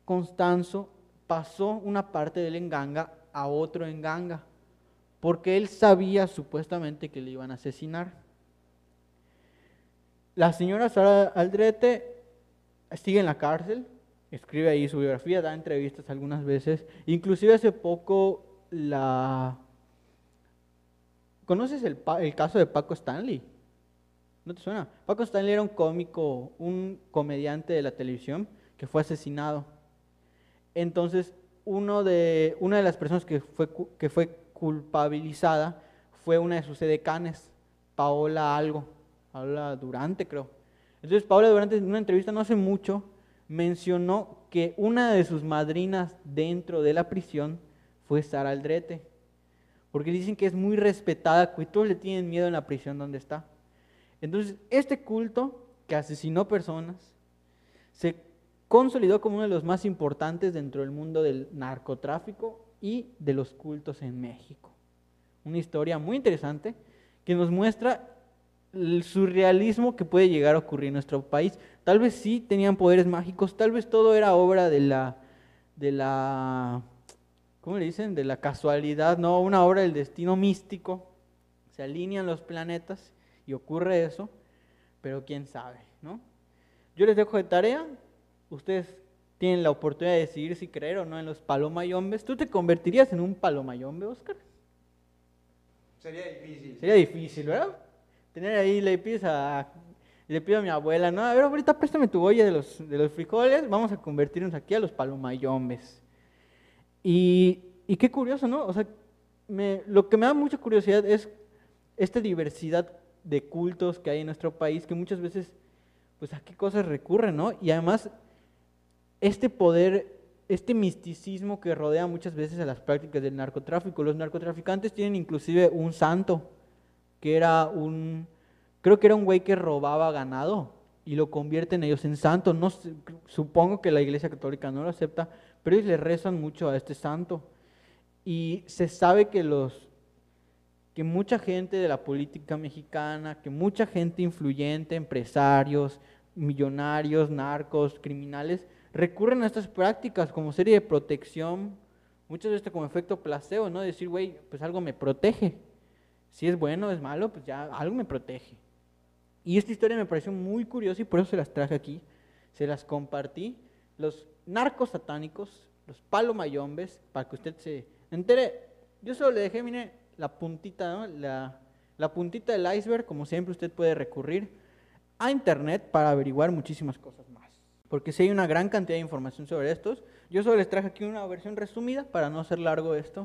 Constanzo pasó una parte del Enganga a otro Enganga, porque él sabía supuestamente que le iban a asesinar. La señora Sara Aldrete sigue en la cárcel, escribe ahí su biografía, da entrevistas algunas veces, inclusive hace poco la... ¿Conoces el, el caso de Paco Stanley? ¿No te suena? Paco Stanley era un cómico, un comediante de la televisión que fue asesinado. Entonces, uno de, una de las personas que fue, que fue culpabilizada fue una de sus edecanes, Paola algo, Paola Durante creo. Entonces, Paola Durante en una entrevista no hace mucho mencionó que una de sus madrinas dentro de la prisión fue Sara Aldrete, porque dicen que es muy respetada, que todos le tienen miedo en la prisión donde está. Entonces, este culto que asesinó personas se consolidó como uno de los más importantes dentro del mundo del narcotráfico y de los cultos en México. Una historia muy interesante que nos muestra el surrealismo que puede llegar a ocurrir en nuestro país. Tal vez sí tenían poderes mágicos, tal vez todo era obra de la, de la, ¿cómo le dicen? De la casualidad, no, una obra del destino místico. Se alinean los planetas y ocurre eso, pero quién sabe, ¿no? Yo les dejo de tarea, ustedes tienen la oportunidad de decidir si creer o no en los palomayombes. ¿Tú te convertirías en un palomayombe, Oscar? Sería difícil. Sería difícil, ¿verdad? Tener ahí, le pides a, le pido a mi abuela, no, a ver, ahorita préstame tu olla de los, de los frijoles, vamos a convertirnos aquí a los palomayombes. Y, y qué curioso, ¿no? O sea, me, lo que me da mucha curiosidad es esta diversidad de cultos que hay en nuestro país, que muchas veces, pues a qué cosas recurren, ¿no? Y además, este poder, este misticismo que rodea muchas veces a las prácticas del narcotráfico. Los narcotraficantes tienen inclusive un santo, que era un, creo que era un güey que robaba ganado, y lo convierten ellos en santo. No sé, supongo que la Iglesia Católica no lo acepta, pero ellos le rezan mucho a este santo. Y se sabe que los que mucha gente de la política mexicana, que mucha gente influyente, empresarios, millonarios, narcos, criminales, recurren a estas prácticas como serie de protección, muchas veces como efecto placebo, ¿no? Decir, güey, pues algo me protege. Si es bueno o es malo, pues ya algo me protege. Y esta historia me pareció muy curiosa y por eso se las traje aquí, se las compartí. Los narcos satánicos, los palomayombes, para que usted se entere. Yo solo le dejé, mire, la puntita, ¿no? la, la puntita del iceberg. Como siempre, usted puede recurrir a internet para averiguar muchísimas cosas más, porque si hay una gran cantidad de información sobre estos. Yo solo les traje aquí una versión resumida para no hacer largo esto.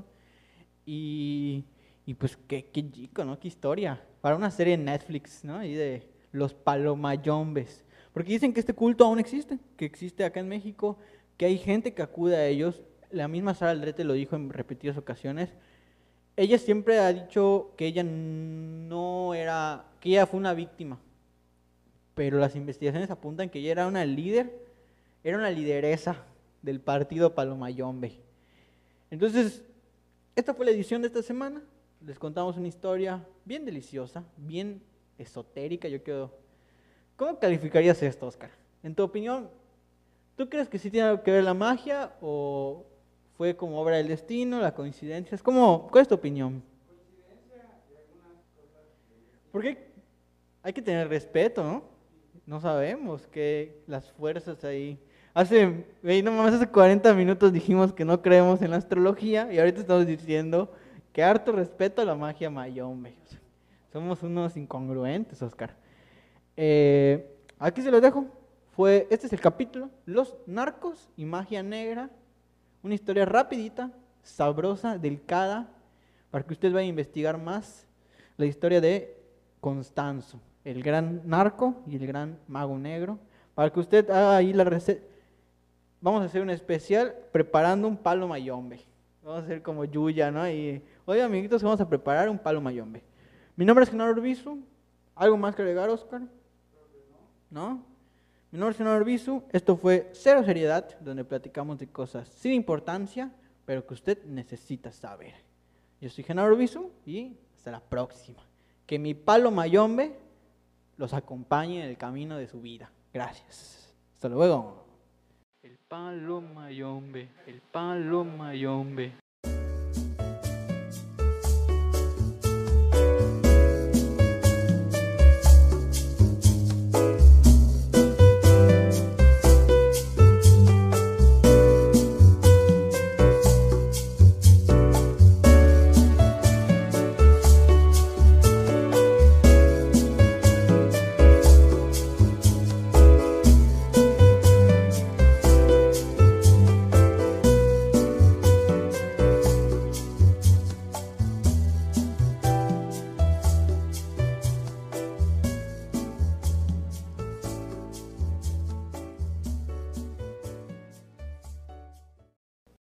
Y, y pues qué, qué chico, ¿no? Qué historia para una serie de Netflix, ¿no? Y de los palomayombes, porque dicen que este culto aún existe, que existe acá en México, que hay gente que acude a ellos. La misma Sara Aldrete lo dijo en repetidas ocasiones. Ella siempre ha dicho que ella no era, que ella fue una víctima, pero las investigaciones apuntan que ella era una líder, era una lideresa del partido Palomayombe. Entonces, esta fue la edición de esta semana. Les contamos una historia bien deliciosa, bien esotérica. Yo quiero... ¿Cómo calificarías esto, Oscar? En tu opinión, ¿tú crees que sí tiene algo que ver la magia o fue como obra del destino, la coincidencia? ¿Cómo, ¿Cuál es tu opinión? Coincidencia de algunas cosas que... Porque hay que tener respeto, ¿no? No sabemos que las fuerzas ahí... Hace, no mames, hace cuarenta minutos dijimos que no creemos en la astrología y ahorita estamos diciendo que harto respeto a la magia mayombe. O sea, somos unos incongruentes, Oscar. Eh, aquí se los dejo. Fue, este es el capítulo, Los narcos y magia negra. Una historia rapidita, sabrosa, delicada, para que usted vaya a investigar más la historia de Constanzo, el gran narco y el gran mago negro, para que usted haga ahí la receta. Vamos a hacer un especial preparando un palo mayombe. Vamos a hacer como Yuya, ¿no? Y, oye, amiguitos, vamos a preparar un palo mayombe. Mi nombre es Genaro Urbizu. ¿Algo más que agregar, Oscar? ¿No? Mi nombre es Genaro Urbizu. Esto fue Cero Seriedad, donde platicamos de cosas sin importancia, pero que usted necesita saber. Yo soy Genaro Urbizu y hasta la próxima. Que mi palo mayombe los acompañe en el camino de su vida. Gracias. Hasta luego. El palo mayombe, el palo mayombe.